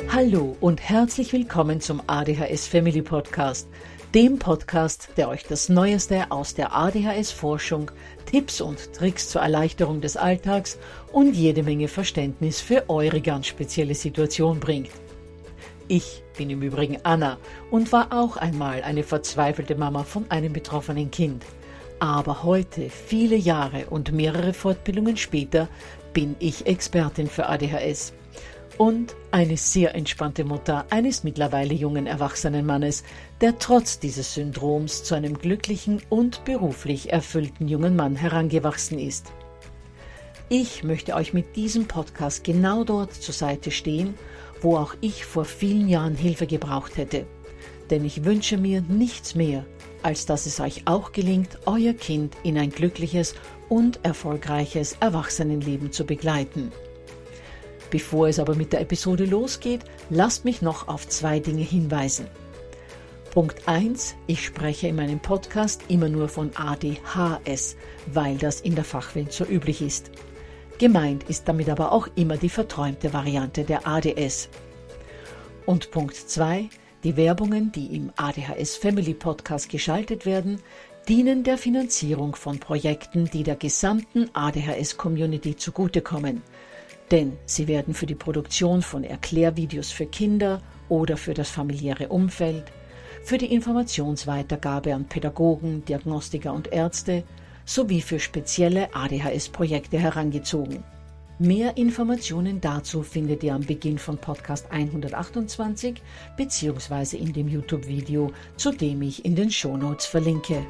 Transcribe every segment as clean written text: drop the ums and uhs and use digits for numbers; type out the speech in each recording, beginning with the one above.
Hallo und herzlich willkommen zum ADHS Family Podcast, dem Podcast, der euch das Neueste aus der ADHS-Forschung, Tipps und Tricks zur Erleichterung des Alltags und jede Menge Verständnis für eure ganz spezielle Situation bringt. Ich bin im Übrigen Anna und war auch einmal eine verzweifelte Mama von einem betroffenen Kind. Aber heute, viele Jahre und mehrere Fortbildungen später, bin ich Expertin für ADHS. Und eine sehr entspannte Mutter eines mittlerweile jungen erwachsenen Mannes, der trotz dieses Syndroms zu einem glücklichen und beruflich erfüllten jungen Mann herangewachsen ist. Ich möchte euch mit diesem Podcast genau dort zur Seite stehen, wo auch ich vor vielen Jahren Hilfe gebraucht hätte. Denn ich wünsche mir nichts mehr, als dass es euch auch gelingt, euer Kind in ein glückliches und erfolgreiches Erwachsenenleben zu begleiten. Bevor es aber mit der Episode losgeht, lasst mich noch auf 2 Dinge hinweisen. Punkt 1. Ich spreche in meinem Podcast immer nur von ADHS, weil das in der Fachwelt so üblich ist. Gemeint ist damit aber auch immer die verträumte Variante der ADS. Und Punkt 2. Die Werbungen, die im ADHS Family Podcast geschaltet werden, dienen der Finanzierung von Projekten, die der gesamten ADHS-Community zugutekommen. Denn sie werden für die Produktion von Erklärvideos für Kinder oder für das familiäre Umfeld, für die Informationsweitergabe an Pädagogen, Diagnostiker und Ärzte sowie für spezielle ADHS-Projekte herangezogen. Mehr Informationen dazu findet ihr am Beginn von Podcast 128 bzw. in dem YouTube-Video, zu dem ich in den Shownotes verlinke.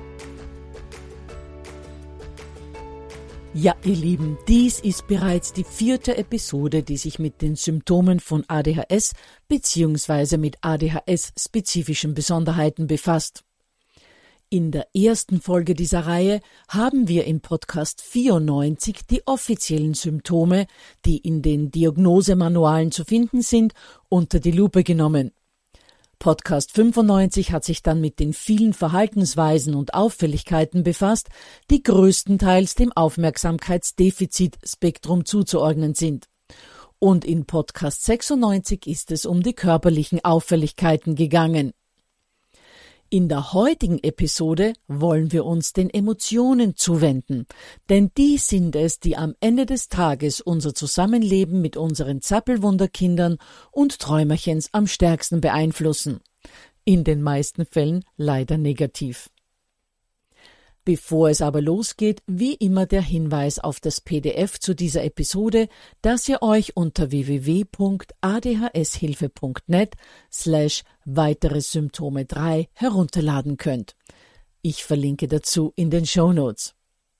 Ja, ihr Lieben, dies ist bereits die 4. Episode, die sich mit den Symptomen von ADHS bzw. mit ADHS-spezifischen Besonderheiten befasst. In der ersten Folge dieser Reihe haben wir in Podcast 94 die offiziellen Symptome, die in den Diagnosemanualen zu finden sind, unter die Lupe genommen. Podcast 95 hat sich dann mit den vielen Verhaltensweisen und Auffälligkeiten befasst, die größtenteils dem Aufmerksamkeitsdefizitspektrum zuzuordnen sind. Und in Podcast 96 ist es um die körperlichen Auffälligkeiten gegangen. In der heutigen Episode wollen wir uns den Emotionen zuwenden, denn die sind es, die am Ende des Tages unser Zusammenleben mit unseren Zappelwunderkindern und Träumerchens am stärksten beeinflussen. In den meisten Fällen leider negativ. Bevor es aber losgeht, wie immer der Hinweis auf das PDF zu dieser Episode, das ihr euch unter www.adhshilfe.net/weitere Symptome 3 herunterladen könnt. Ich verlinke dazu in den Shownotes.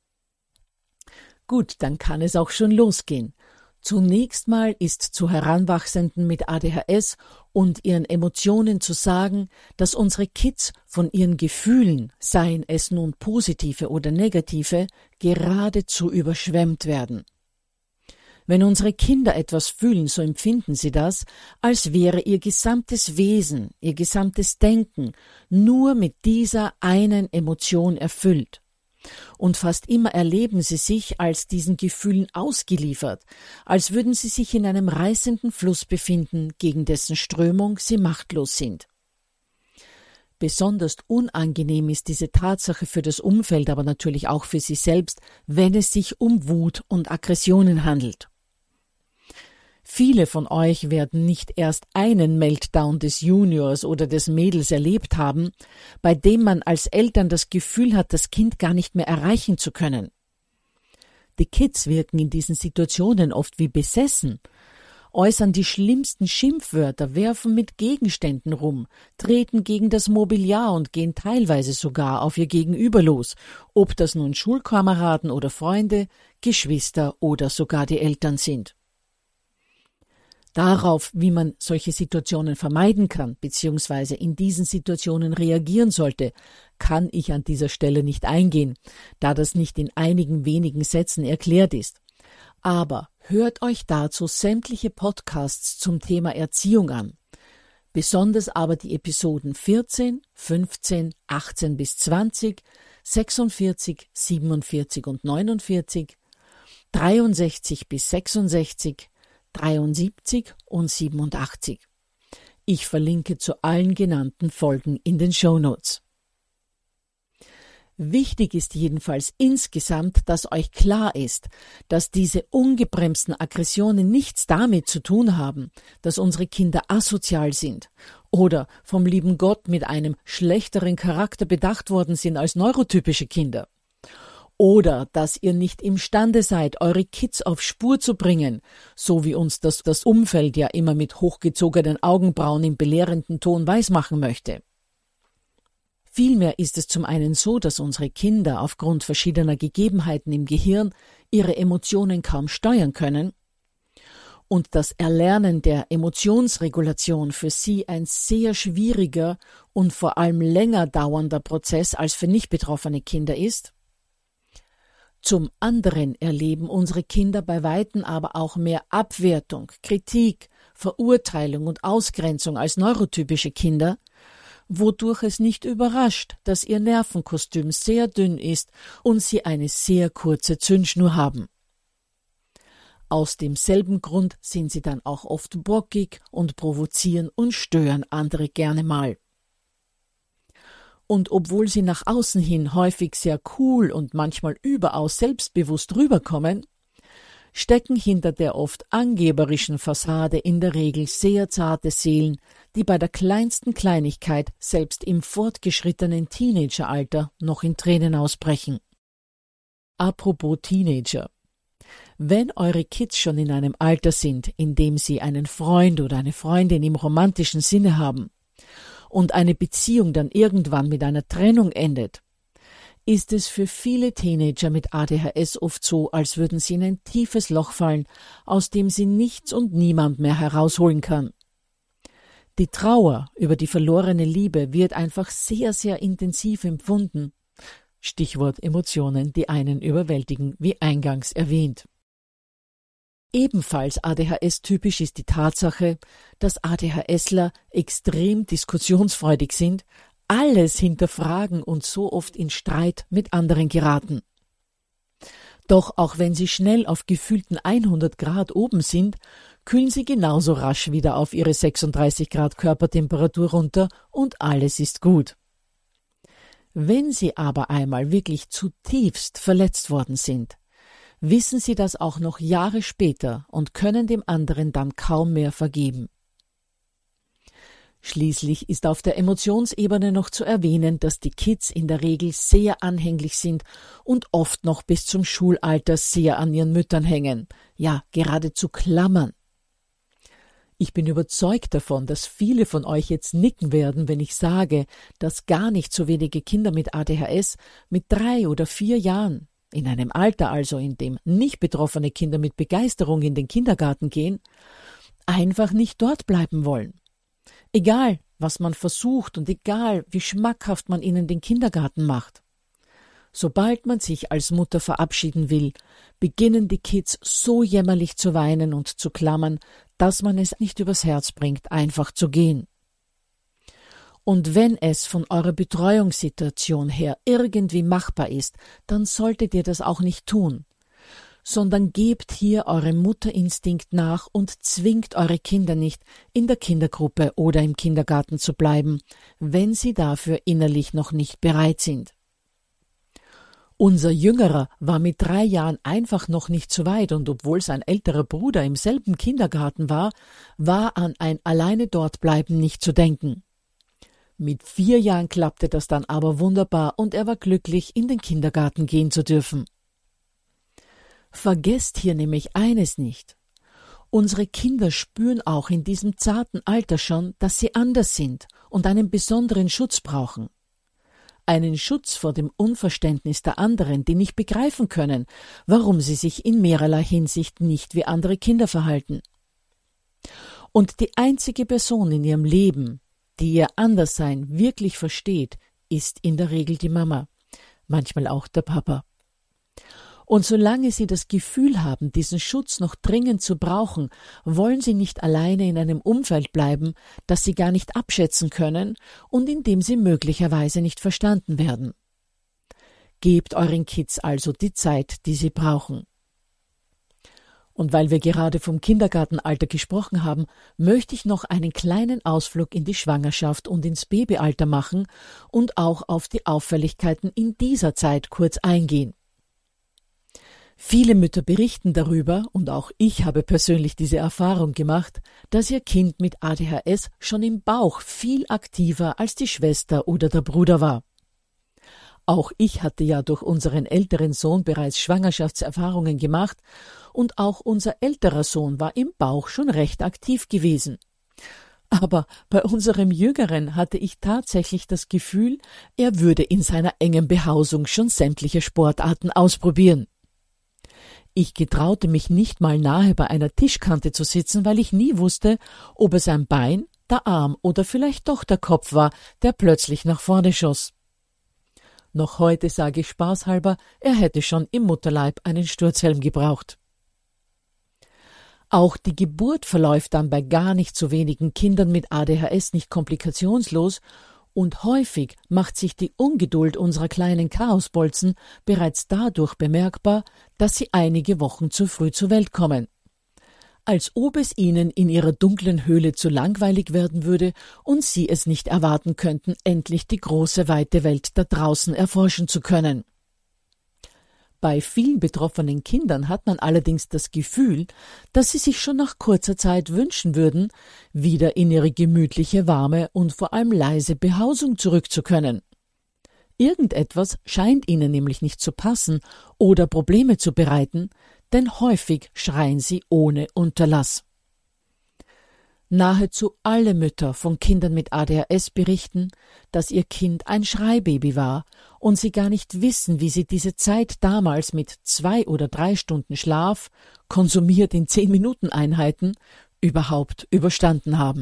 Gut, dann kann es auch schon losgehen. Zunächst mal ist zu Heranwachsenden mit ADHS und ihren Emotionen zu sagen, dass unsere Kids von ihren Gefühlen, seien es nun positive oder negative, geradezu überschwemmt werden. Wenn unsere Kinder etwas fühlen, so empfinden sie das, als wäre ihr gesamtes Wesen, ihr gesamtes Denken nur mit dieser einen Emotion erfüllt. Und fast immer erleben sie sich als diesen Gefühlen ausgeliefert, als würden sie sich in einem reißenden Fluss befinden, gegen dessen Strömung sie machtlos sind. Besonders unangenehm ist diese Tatsache für das Umfeld, aber natürlich auch für sie selbst, wenn es sich um Wut und Aggressionen handelt. Viele von euch werden nicht erst einen Meltdown des Juniors oder des Mädels erlebt haben, bei dem man als Eltern das Gefühl hat, das Kind gar nicht mehr erreichen zu können. Die Kids wirken in diesen Situationen oft wie besessen, äußern die schlimmsten Schimpfwörter, werfen mit Gegenständen rum, treten gegen das Mobiliar und gehen teilweise sogar auf ihr Gegenüber los, ob das nun Schulkameraden oder Freunde, Geschwister oder sogar die Eltern sind. Darauf, wie man solche Situationen vermeiden kann bzw. in diesen Situationen reagieren sollte, kann ich an dieser Stelle nicht eingehen, da das nicht in einigen wenigen Sätzen erklärt ist. Aber hört euch dazu sämtliche Podcasts zum Thema Erziehung an. Besonders aber die Episoden 14, 15, 18 bis 20, 46, 47 und 49, 63 bis 66, 73 und 87. Ich verlinke zu allen genannten Folgen in den Shownotes. Wichtig ist jedenfalls insgesamt, dass euch klar ist, dass diese ungebremsten Aggressionen nichts damit zu tun haben, dass unsere Kinder asozial sind oder vom lieben Gott mit einem schlechteren Charakter bedacht worden sind als neurotypische Kinder. Oder dass ihr nicht imstande seid, eure Kids auf Spur zu bringen, so wie uns das Umfeld ja immer mit hochgezogenen Augenbrauen im belehrenden Ton weismachen möchte. Vielmehr ist es zum einen so, dass unsere Kinder aufgrund verschiedener Gegebenheiten im Gehirn ihre Emotionen kaum steuern können und das Erlernen der Emotionsregulation für sie ein sehr schwieriger und vor allem länger dauernder Prozess als für nicht betroffene Kinder ist. Zum anderen erleben unsere Kinder bei Weitem aber auch mehr Abwertung, Kritik, Verurteilung und Ausgrenzung als neurotypische Kinder, wodurch es nicht überrascht, dass ihr Nervenkostüm sehr dünn ist und sie eine sehr kurze Zündschnur haben. Aus demselben Grund sind sie dann auch oft bockig und provozieren und stören andere gerne mal. Und obwohl sie nach außen hin häufig sehr cool und manchmal überaus selbstbewusst rüberkommen, stecken hinter der oft angeberischen Fassade in der Regel sehr zarte Seelen, die bei der kleinsten Kleinigkeit selbst im fortgeschrittenen Teenageralter noch in Tränen ausbrechen. Apropos Teenager. Wenn eure Kids schon in einem Alter sind, in dem sie einen Freund oder eine Freundin im romantischen Sinne haben und eine Beziehung dann irgendwann mit einer Trennung endet, ist es für viele Teenager mit ADHS oft so, als würden sie in ein tiefes Loch fallen, aus dem sie nichts und niemand mehr herausholen kann. Die Trauer über die verlorene Liebe wird einfach sehr, sehr intensiv empfunden. Stichwort Emotionen, die einen überwältigen, wie eingangs erwähnt. Ebenfalls ADHS-typisch ist die Tatsache, dass ADHSler extrem diskussionsfreudig sind, alles hinterfragen und so oft in Streit mit anderen geraten. Doch auch wenn sie schnell auf gefühlten 100 Grad oben sind, kühlen sie genauso rasch wieder auf ihre 36 Grad Körpertemperatur runter und alles ist gut. Wenn sie aber einmal wirklich zutiefst verletzt worden sind, wissen sie das auch noch Jahre später und können dem anderen dann kaum mehr vergeben. Schließlich ist auf der Emotionsebene noch zu erwähnen, dass die Kids in der Regel sehr anhänglich sind und oft noch bis zum Schulalter sehr an ihren Müttern hängen, ja geradezu klammern. Ich bin überzeugt davon, dass viele von euch jetzt nicken werden, wenn ich sage, dass gar nicht so wenige Kinder mit ADHS mit 3 oder 4 Jahren, in einem Alter also, in dem nicht betroffene Kinder mit Begeisterung in den Kindergarten gehen, einfach nicht dort bleiben wollen. Egal, was man versucht und egal, wie schmackhaft man ihnen den Kindergarten macht. Sobald man sich als Mutter verabschieden will, beginnen die Kids so jämmerlich zu weinen und zu klammern, dass man es nicht übers Herz bringt, einfach zu gehen. Und wenn es von eurer Betreuungssituation her irgendwie machbar ist, dann solltet ihr das auch nicht tun, sondern gebt hier eurem Mutterinstinkt nach und zwingt eure Kinder nicht, in der Kindergruppe oder im Kindergarten zu bleiben, wenn sie dafür innerlich noch nicht bereit sind. Unser Jüngerer war mit 3 Jahren einfach noch nicht so weit und obwohl sein älterer Bruder im selben Kindergarten war an ein alleine dort bleiben nicht zu denken. Mit 4 Jahren klappte das dann aber wunderbar und er war glücklich, in den Kindergarten gehen zu dürfen. Vergesst hier nämlich eines nicht. Unsere Kinder spüren auch in diesem zarten Alter schon, dass sie anders sind und einen besonderen Schutz brauchen. Einen Schutz vor dem Unverständnis der anderen, die nicht begreifen können, warum sie sich in mehrerlei Hinsicht nicht wie andere Kinder verhalten. Und die einzige Person in ihrem Leben, die ihr Anderssein wirklich versteht, ist in der Regel die Mama, manchmal auch der Papa. Und solange sie das Gefühl haben, diesen Schutz noch dringend zu brauchen, wollen sie nicht alleine in einem Umfeld bleiben, das sie gar nicht abschätzen können und in dem sie möglicherweise nicht verstanden werden. Gebt euren Kids also die Zeit, die sie brauchen. Und weil wir gerade vom Kindergartenalter gesprochen haben, möchte ich noch einen kleinen Ausflug in die Schwangerschaft und ins Babyalter machen und auch auf die Auffälligkeiten in dieser Zeit kurz eingehen. Viele Mütter berichten darüber, und auch ich habe persönlich diese Erfahrung gemacht, dass ihr Kind mit ADHS schon im Bauch viel aktiver als die Schwester oder der Bruder war. Auch ich hatte ja durch unseren älteren Sohn bereits Schwangerschaftserfahrungen gemacht und auch unser älterer Sohn war im Bauch schon recht aktiv gewesen. Aber bei unserem Jüngeren hatte ich tatsächlich das Gefühl, er würde in seiner engen Behausung schon sämtliche Sportarten ausprobieren. Ich getraute mich nicht mal nahe bei einer Tischkante zu sitzen, weil ich nie wusste, ob es ein Bein, der Arm oder vielleicht doch der Kopf war, der plötzlich nach vorne schoss. Noch heute sage ich spaßhalber, er hätte schon im Mutterleib einen Sturzhelm gebraucht. Auch die Geburt verläuft dann bei gar nicht so wenigen Kindern mit ADHS nicht komplikationslos und häufig macht sich die Ungeduld unserer kleinen Chaosbolzen bereits dadurch bemerkbar, dass sie einige Wochen zu früh zur Welt kommen. Als ob es ihnen in ihrer dunklen Höhle zu langweilig werden würde und sie es nicht erwarten könnten, endlich die große, weite Welt da draußen erforschen zu können. Bei vielen betroffenen Kindern hat man allerdings das Gefühl, dass sie sich schon nach kurzer Zeit wünschen würden, wieder in ihre gemütliche, warme und vor allem leise Behausung zurück zu können. Irgendetwas scheint ihnen nämlich nicht zu passen oder Probleme zu bereiten, denn häufig schreien sie ohne Unterlass. Nahezu alle Mütter von Kindern mit ADHS berichten, dass ihr Kind ein Schreibaby war und sie gar nicht wissen, wie sie diese Zeit damals mit 2 oder 3 Stunden Schlaf, konsumiert in 10-Minuten-Einheiten, überhaupt überstanden haben.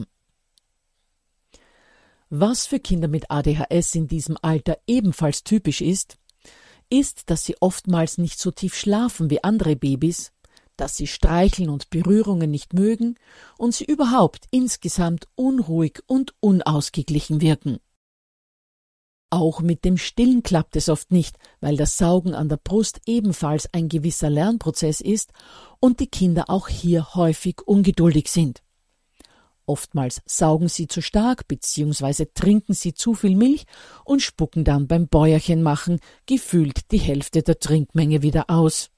Was für Kinder mit ADHS in diesem Alter ebenfalls typisch ist, dass sie oftmals nicht so tief schlafen wie andere Babys, dass sie Streicheln und Berührungen nicht mögen und sie überhaupt insgesamt unruhig und unausgeglichen wirken. Auch mit dem Stillen klappt es oft nicht, weil das Saugen an der Brust ebenfalls ein gewisser Lernprozess ist und die Kinder auch hier häufig ungeduldig sind. Oftmals saugen sie zu stark bzw. trinken sie zu viel Milch und spucken dann beim Bäuerchenmachen gefühlt die Hälfte der Trinkmenge wieder aus.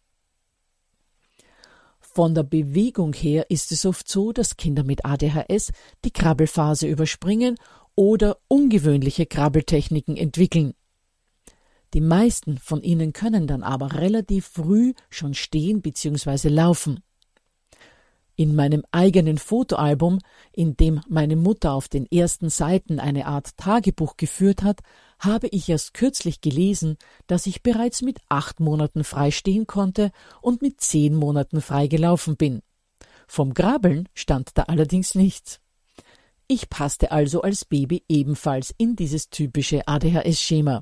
Von der Bewegung her ist es oft so, dass Kinder mit ADHS die Krabbelphase überspringen oder ungewöhnliche Krabbeltechniken entwickeln. Die meisten von ihnen können dann aber relativ früh schon stehen bzw. laufen. In meinem eigenen Fotoalbum, in dem meine Mutter auf den ersten Seiten eine Art Tagebuch geführt hat, habe ich erst kürzlich gelesen, dass ich bereits mit 8 Monaten frei stehen konnte und mit 10 Monaten frei gelaufen bin. Vom Krabbeln stand da allerdings nichts. Ich passte also als Baby ebenfalls in dieses typische ADHS-Schema.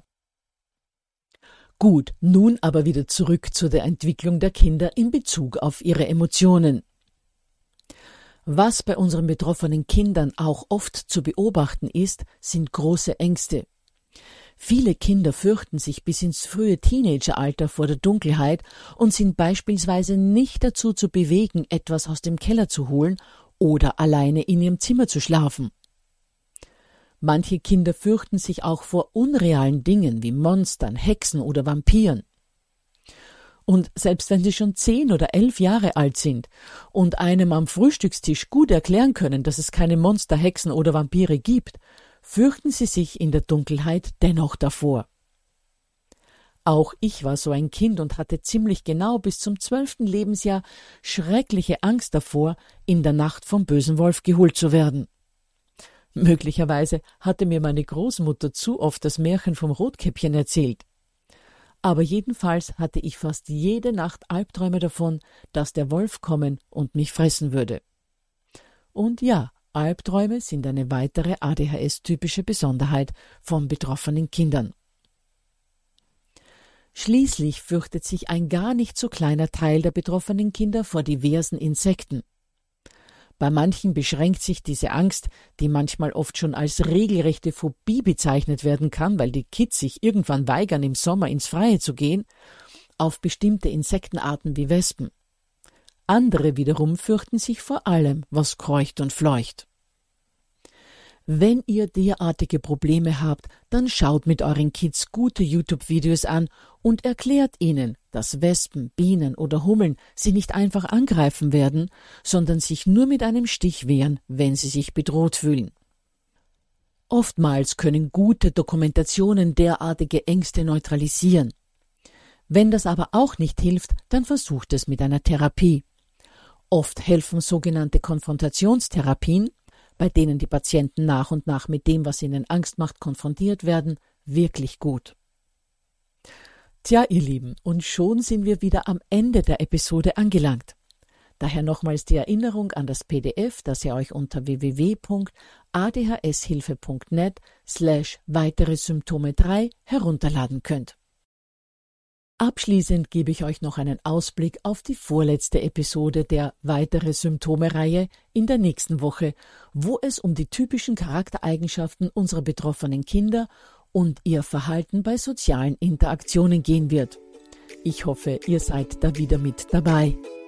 Gut, nun aber wieder zurück zu der Entwicklung der Kinder in Bezug auf ihre Emotionen. Was bei unseren betroffenen Kindern auch oft zu beobachten ist, sind große Ängste. Viele Kinder fürchten sich bis ins frühe Teenageralter vor der Dunkelheit und sind beispielsweise nicht dazu zu bewegen, etwas aus dem Keller zu holen oder alleine in ihrem Zimmer zu schlafen. Manche Kinder fürchten sich auch vor unrealen Dingen wie Monstern, Hexen oder Vampiren. Und selbst wenn sie schon 10 oder 11 Jahre alt sind und einem am Frühstückstisch gut erklären können, dass es keine Monster, Hexen oder Vampire gibt, fürchten sie sich in der Dunkelheit dennoch davor. Auch ich war so ein Kind und hatte ziemlich genau bis zum 12. Lebensjahr schreckliche Angst davor, in der Nacht vom bösen Wolf geholt zu werden. Möglicherweise hatte mir meine Großmutter zu oft das Märchen vom Rotkäppchen erzählt. Aber jedenfalls hatte ich fast jede Nacht Albträume davon, dass der Wolf kommen und mich fressen würde. Und ja, Albträume sind eine weitere ADHS-typische Besonderheit von betroffenen Kindern. Schließlich fürchtet sich ein gar nicht so kleiner Teil der betroffenen Kinder vor diversen Insekten. Bei manchen beschränkt sich diese Angst, die manchmal oft schon als regelrechte Phobie bezeichnet werden kann, weil die Kids sich irgendwann weigern, im Sommer ins Freie zu gehen, auf bestimmte Insektenarten wie Wespen. Andere wiederum fürchten sich vor allem, was kreucht und fleucht. Wenn ihr derartige Probleme habt, dann schaut mit euren Kids gute YouTube-Videos an und erklärt ihnen, dass Wespen, Bienen oder Hummeln sie nicht einfach angreifen werden, sondern sich nur mit einem Stich wehren, wenn sie sich bedroht fühlen. Oftmals können gute Dokumentationen derartige Ängste neutralisieren. Wenn das aber auch nicht hilft, dann versucht es mit einer Therapie. Oft helfen sogenannte Konfrontationstherapien, bei denen die Patienten nach und nach mit dem, was ihnen Angst macht, konfrontiert werden, wirklich gut. Tja, ihr Lieben, und schon sind wir wieder am Ende der Episode angelangt. Daher nochmals die Erinnerung an das PDF, das ihr euch unter www.adhshilfe.net/weitere Symptome 3 herunterladen könnt. Abschließend gebe ich euch noch einen Ausblick auf die vorletzte Episode der Weitere Symptome-Reihe in der nächsten Woche, wo es um die typischen Charaktereigenschaften unserer betroffenen Kinder und ihr Verhalten bei sozialen Interaktionen gehen wird. Ich hoffe, ihr seid da wieder mit dabei.